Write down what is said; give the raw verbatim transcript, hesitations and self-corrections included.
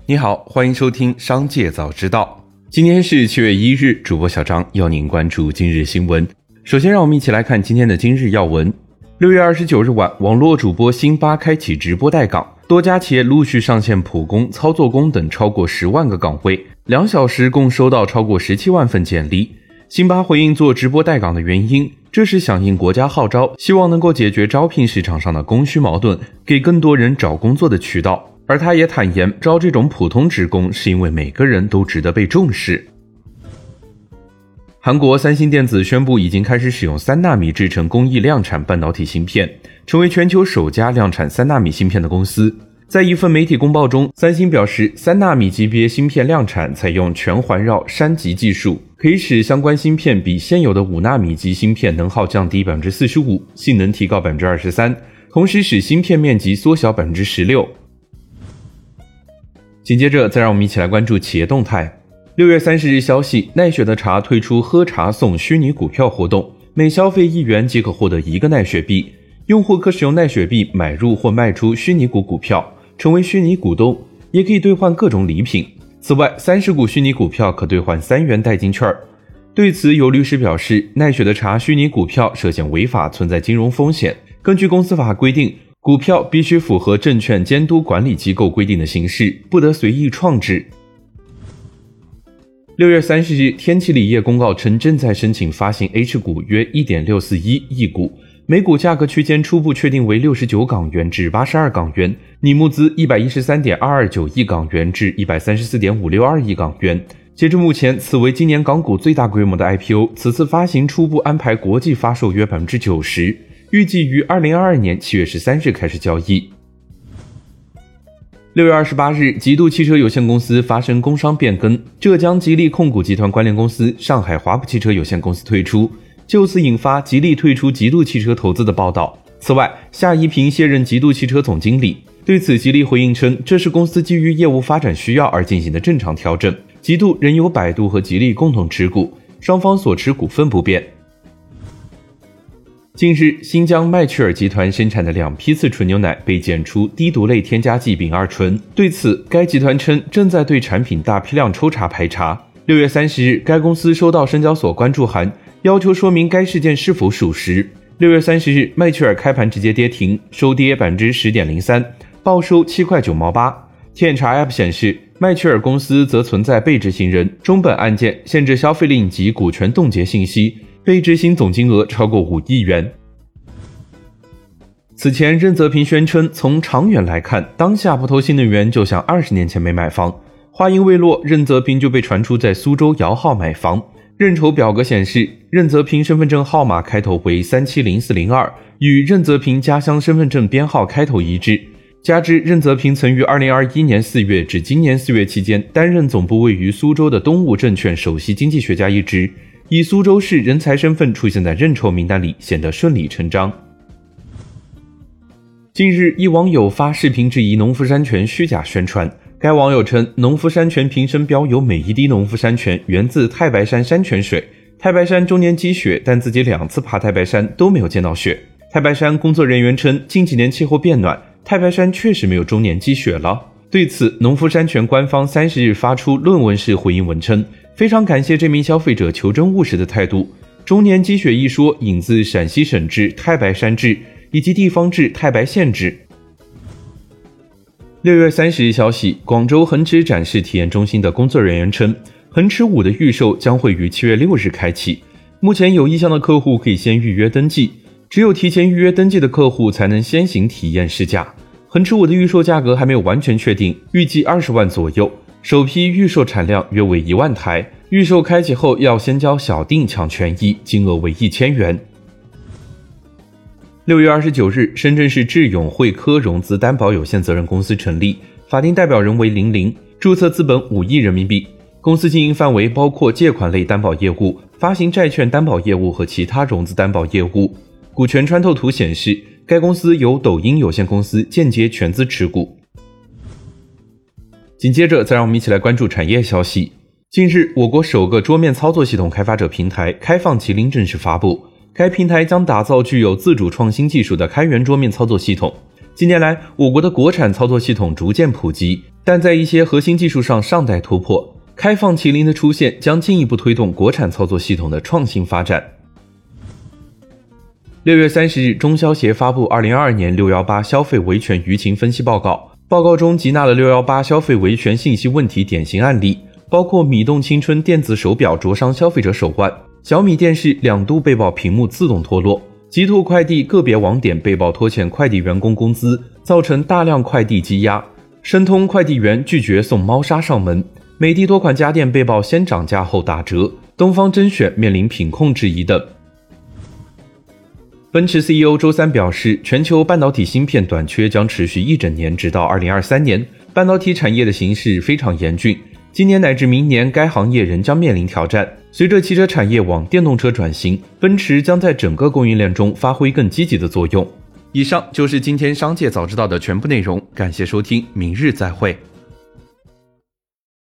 你好，欢迎收听商界早知道。今天是七月一日，主播小张要您关注今日新闻。首先让我们一起来看今天的今日要闻。六月二十九日晚，网络主播辛巴开启直播带岗，多家企业陆续上线普工、操作工等超过十万个岗位，两小时共收到超过十七万份简历。辛巴回应做直播带岗的原因，这是响应国家号召，希望能够解决招聘市场上的供需矛盾，给更多人找工作的渠道。而他也坦言，招这种普通职工是因为每个人都值得被重视。韩国三星电子宣布已经开始使用三纳米制成工艺量产半导体芯片，成为全球首家量产三纳米芯片的公司。在一份媒体公报中，三星表示，三纳米级别芯片量产采用全环绕栅极技术，可以使相关芯片比现有的五纳米级芯片能耗降低 百分之四十五， 性能提高 百分之二十三， 同时使芯片面积缩小 百分之十六。紧接着再让我们一起来关注企业动态。六月三十日消息，奈雪的茶推出喝茶送虚拟股票活动，每消费一元即可获得一个奈雪币，用户可使用奈雪币买入或卖出虚拟股股票，成为虚拟股东，也可以兑换各种礼品。此外，三十股虚拟股票可兑换三元代金券。对此，有律师表示，奈雪的茶虚拟股票涉嫌违法，存在金融风险。根据公司法规定，股票必须符合证券监督管理机构规定的形式，不得随意创制。六月三十日，天齐锂业公告称，正在申请发行 H 股约 一点六四一亿股，每股价格区间初步确定为六十九港元至八十二港元，拟募资 一百一十三点二二九亿港元至 一百三十四点五六二亿港元。截至目前，此为今年港股最大规模的 I P O， 此次发行初步安排国际发售约 百分之九十， 预计于二零二二年七月十三日开始交易。六月二十八日，极度汽车有限公司发生工商变更，浙江吉利控股集团关联公司上海华普汽车有限公司退出，就此引发吉利退出极度汽车投资的报道。此外，夏一平卸任极度汽车总经理，对此吉利回应称，这是公司基于业务发展需要而进行的正常调整，极度仍由百度和吉利共同持股，双方所持股份不变。近日，新疆麦趣尔集团生产的两批次纯牛奶被检出低毒类添加剂丙二醇，对此，该集团称正在对产品大批量抽查排查。六月三十日，该公司收到深交所关注函，要求说明该事件是否属实。六月三十日，麦趣尔开盘直接跌停，收跌 百分之十点零三， 报收七块九毛八。天眼查 App 显示，麦趣尔公司则存在被执行人、中本案件、限制消费令及股权冻结信息，被执行总金额超过五亿元。此前，任泽平宣称，从长远来看，当下不投新能源就像二十年前没买房。话音未落，任泽平就被传出在苏州摇号买房。认筹表格显示，任泽平身份证号码开头为三七零四零二，与任泽平家乡身份证编号开头一致。加之任泽平曾于二零二一年四月至今年四月期间担任总部位于苏州的东吴证券首席经济学家一职，以苏州市人才身份出现在认筹名单里，显得顺理成章。近日，一网友发视频质疑农夫山泉虚假宣传。该网友称，农夫山泉瓶身标有每一滴农夫山泉源自太白山山泉水，太白山终年积雪，但自己两次爬太白山都没有见到雪。太白山工作人员称，近几年气候变暖，太白山确实没有终年积雪了。对此，农夫山泉官方三十日发出论文式回应文称，非常感谢这名消费者求真务实的态度。终年积雪一说引自陕西省志太白山志以及地方志太白县志。六月三十日消息，广州恒驰展示体验中心的工作人员称，恒驰五的预售将会于七月六日开启，目前有意向的客户可以先预约登记，只有提前预约登记的客户才能先行体验试驾。恒驰五的预售价格还没有完全确定，预计二十万左右，首批预售产量约为一万台，预售开启后要先交小定抢权益，金额为一千元。六月二十九日，深圳市智永汇科融资担保有限责任公司成立，法定代表人为零零，注册资本五亿人民币。公司经营范围包括借款类担保业务、发行债券担保业务和其他融资担保业务。股权穿透图显示，该公司由抖音有限公司间接全资持股。紧接着，再让我们一起来关注产业消息。近日，我国首个桌面操作系统开发者平台开放麒麟正式发布。该平台将打造具有自主创新技术的开源桌面操作系统， 近年来，我国的国产操作系统逐渐普及，但在一些核心技术上尚待突破。开放麒麟的出现将进一步推动国产操作系统的创新发展。六月三十日，中消协发布二零二二年六一八消费维权舆情分析报告，报告中集纳了六一八消费维权信息问题典型案例，包括米动青春电子手表灼伤消费者手腕，小米电视两度被曝屏幕自动脱落，极兔快递个别网点被曝拖欠快递员工工资，造成大量快递积压，申通快递员拒绝送猫砂上门，美的多款家电被曝先涨价后打折，东方甄选面临品控质疑等。奔驰 C E O 周三表示，全球半导体芯片短缺将持续一整年，直到二零二三年。半导体产业的形势非常严峻，今年乃至明年该行业仍将面临挑战。随着汽车产业往电动车转型，奔驰将在整个供应链中发挥更积极的作用。以上就是今天商界早知道的全部内容，感谢收听，明日再会。